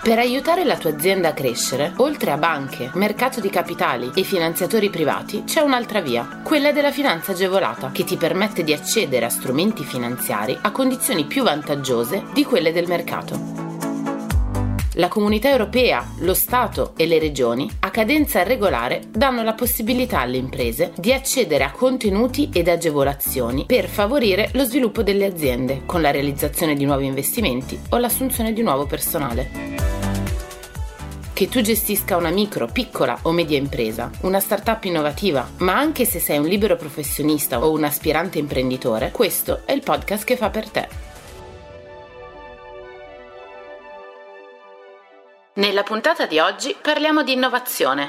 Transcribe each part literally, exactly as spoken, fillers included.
Per aiutare la tua azienda a crescere, oltre a banche, mercato di capitali e finanziatori privati, c'è un'altra via, quella della finanza agevolata, che ti permette di accedere a strumenti finanziari a condizioni più vantaggiose di quelle del mercato. La Comunità Europea, lo Stato e le Regioni, a cadenza regolare, danno la possibilità alle imprese di accedere a contenuti ed agevolazioni per favorire lo sviluppo delle aziende, con la realizzazione di nuovi investimenti o l'assunzione di nuovo personale. Che tu gestisca una micro, piccola o media impresa, una startup innovativa, ma anche se sei un libero professionista o un aspirante imprenditore, questo è il podcast che fa per te. Nella puntata di oggi parliamo di innovazione.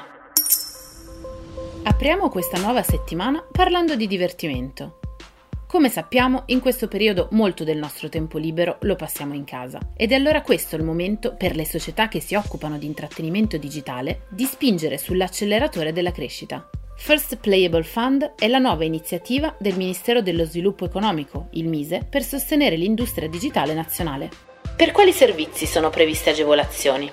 Apriamo questa nuova settimana parlando di divertimento. Come sappiamo, in questo periodo molto del nostro tempo libero lo passiamo in casa ed è allora questo il momento per le società che si occupano di intrattenimento digitale di spingere sull'acceleratore della crescita. First Playable Fund è la nuova iniziativa del Ministero dello Sviluppo Economico, il MISE, per sostenere l'industria digitale nazionale. Per quali servizi sono previste agevolazioni?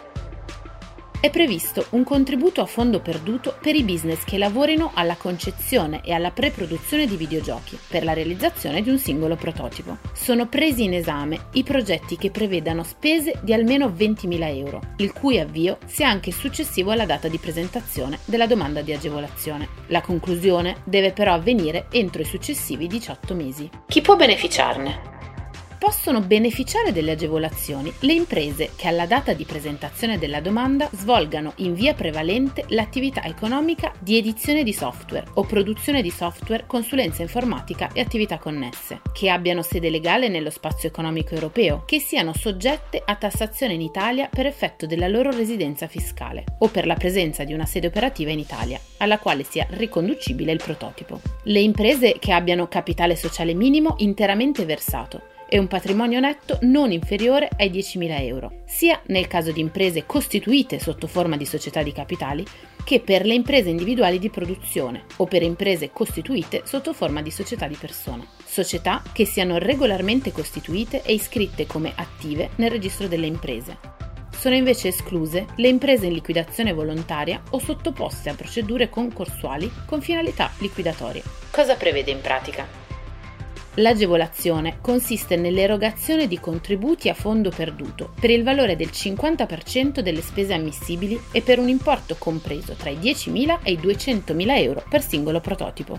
È previsto un contributo a fondo perduto per i business che lavorino alla concezione e alla pre-produzione di videogiochi per la realizzazione di un singolo prototipo. Sono presi in esame i progetti che prevedano spese di almeno ventimila euro, il cui avvio sia anche successivo alla data di presentazione della domanda di agevolazione. La conclusione deve però avvenire entro i successivi diciotto mesi. Chi può beneficiarne? Possono beneficiare delle agevolazioni le imprese che alla data di presentazione della domanda svolgano in via prevalente l'attività economica di edizione di software o produzione di software, consulenza informatica e attività connesse, che abbiano sede legale nello spazio economico europeo, che siano soggette a tassazione in Italia per effetto della loro residenza fiscale o per la presenza di una sede operativa in Italia, alla quale sia riconducibile il prototipo. Le imprese che abbiano capitale sociale minimo interamente versato e un patrimonio netto non inferiore ai diecimila euro, sia nel caso di imprese costituite sotto forma di società di capitali che per le imprese individuali di produzione o per imprese costituite sotto forma di società di persone. Società che siano regolarmente costituite e iscritte come attive nel registro delle imprese. Sono invece escluse le imprese in liquidazione volontaria o sottoposte a procedure concorsuali con finalità liquidatorie. Cosa prevede in pratica? L'agevolazione consiste nell'erogazione di contributi a fondo perduto per il valore del cinquanta per cento delle spese ammissibili e per un importo compreso tra i diecimila e i duecentomila euro per singolo prototipo.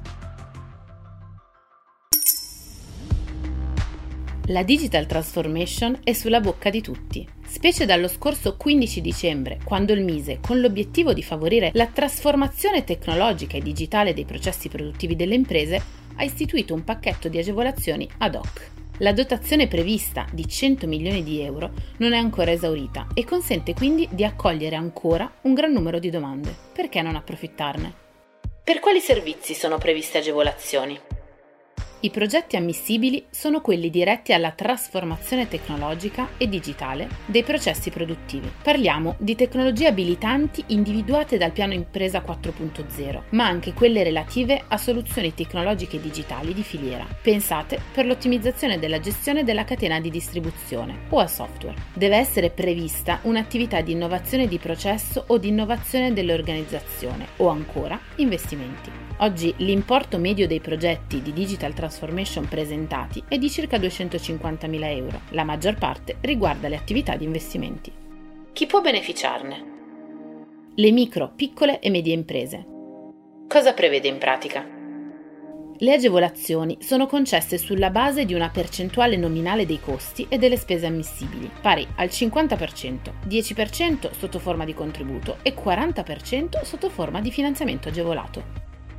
La digital transformation è sulla bocca di tutti, specie dallo scorso quindici dicembre, quando il MISE, con l'obiettivo di favorire la trasformazione tecnologica e digitale dei processi produttivi delle imprese, ha istituito un pacchetto di agevolazioni ad hoc. La dotazione prevista di cento milioni di euro non è ancora esaurita e consente quindi di accogliere ancora un gran numero di domande. Perché non approfittarne? Per quali servizi sono previste agevolazioni? I progetti ammissibili sono quelli diretti alla trasformazione tecnologica e digitale dei processi produttivi. Parliamo di tecnologie abilitanti individuate dal piano Impresa quattro punto zero, ma anche quelle relative a soluzioni tecnologiche digitali di filiera, pensate per l'ottimizzazione della gestione della catena di distribuzione o a software. Deve essere prevista un'attività di innovazione di processo o di innovazione dell'organizzazione o ancora investimenti. Oggi l'importo medio dei progetti di digital transformation presentati è di circa duecentocinquantamila euro. La maggior parte riguarda le attività di investimenti. Chi può beneficiarne? Le micro, piccole e medie imprese. Cosa prevede in pratica? Le agevolazioni sono concesse sulla base di una percentuale nominale dei costi e delle spese ammissibili, pari al cinquanta per cento, dieci per cento sotto forma di contributo e quaranta per cento sotto forma di finanziamento agevolato.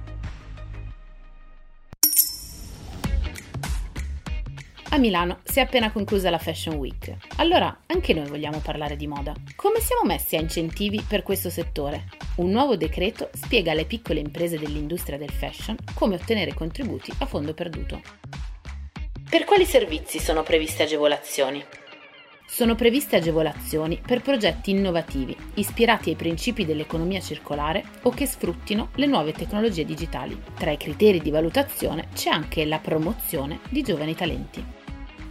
A Milano si è appena conclusa la Fashion Week. Allora, anche noi vogliamo parlare di moda. Come siamo messi a incentivi per questo settore? Un nuovo decreto spiega alle piccole imprese dell'industria del fashion come ottenere contributi a fondo perduto. Per quali servizi sono previste agevolazioni? Sono previste agevolazioni per progetti innovativi, ispirati ai principi dell'economia circolare o che sfruttino le nuove tecnologie digitali. Tra i criteri di valutazione c'è anche la promozione di giovani talenti.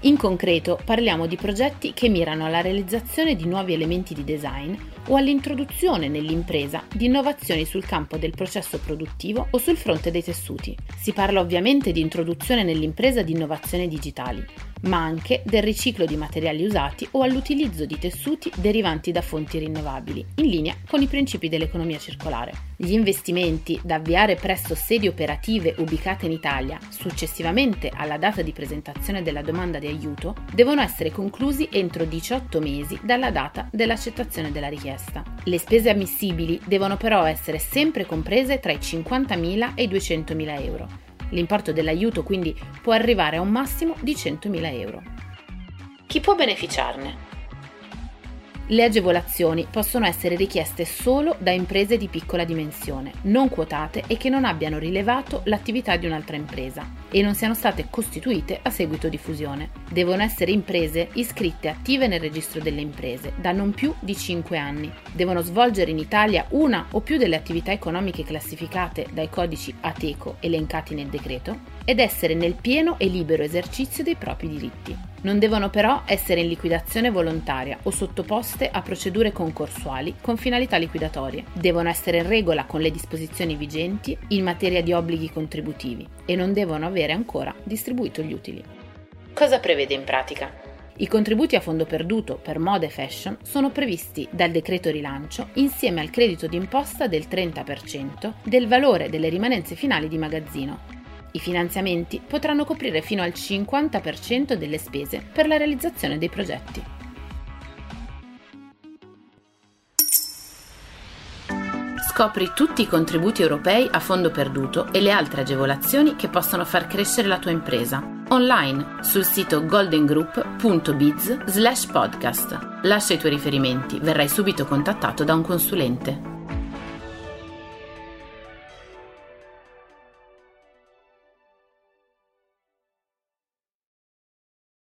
In concreto parliamo di progetti che mirano alla realizzazione di nuovi elementi di design o all'introduzione nell'impresa di innovazioni sul campo del processo produttivo o sul fronte dei tessuti. Si parla ovviamente di introduzione nell'impresa di innovazioni digitali, ma anche del riciclo di materiali usati o all'utilizzo di tessuti derivanti da fonti rinnovabili, in linea con i principi dell'economia circolare. Gli investimenti da avviare presso sedi operative ubicate in Italia, successivamente alla data di presentazione della domanda di aiuto, devono essere conclusi entro diciotto mesi dalla data dell'accettazione della richiesta. Le spese ammissibili devono però essere sempre comprese tra i cinquantamila e i duecentomila euro. L'importo dell'aiuto quindi può arrivare a un massimo di centomila euro. Chi può beneficiarne? Le agevolazioni possono essere richieste solo da imprese di piccola dimensione, non quotate e che non abbiano rilevato l'attività di un'altra impresa e non siano state costituite a seguito di fusione. Devono essere imprese iscritte attive nel registro delle imprese da non più di cinque anni. Devono svolgere in Italia una o più delle attività economiche classificate dai codici Ateco elencati nel decreto ed essere nel pieno e libero esercizio dei propri diritti. Non devono però essere in liquidazione volontaria o sottoposte a procedure concorsuali con finalità liquidatorie. Devono essere in regola con le disposizioni vigenti in materia di obblighi contributivi e non devono avere ancora distribuito gli utili. Cosa prevede in pratica? I contributi a fondo perduto per moda e fashion sono previsti dal decreto rilancio insieme al credito d'imposta del trenta per cento del valore delle rimanenze finali di magazzino. I finanziamenti potranno coprire fino al cinquanta per cento delle spese per la realizzazione dei progetti. Scopri tutti i contributi europei a fondo perduto e le altre agevolazioni che possono far crescere la tua impresa online sul sito goldengroup punto biz slash podcast. Lascia i tuoi riferimenti, verrai subito contattato da un consulente.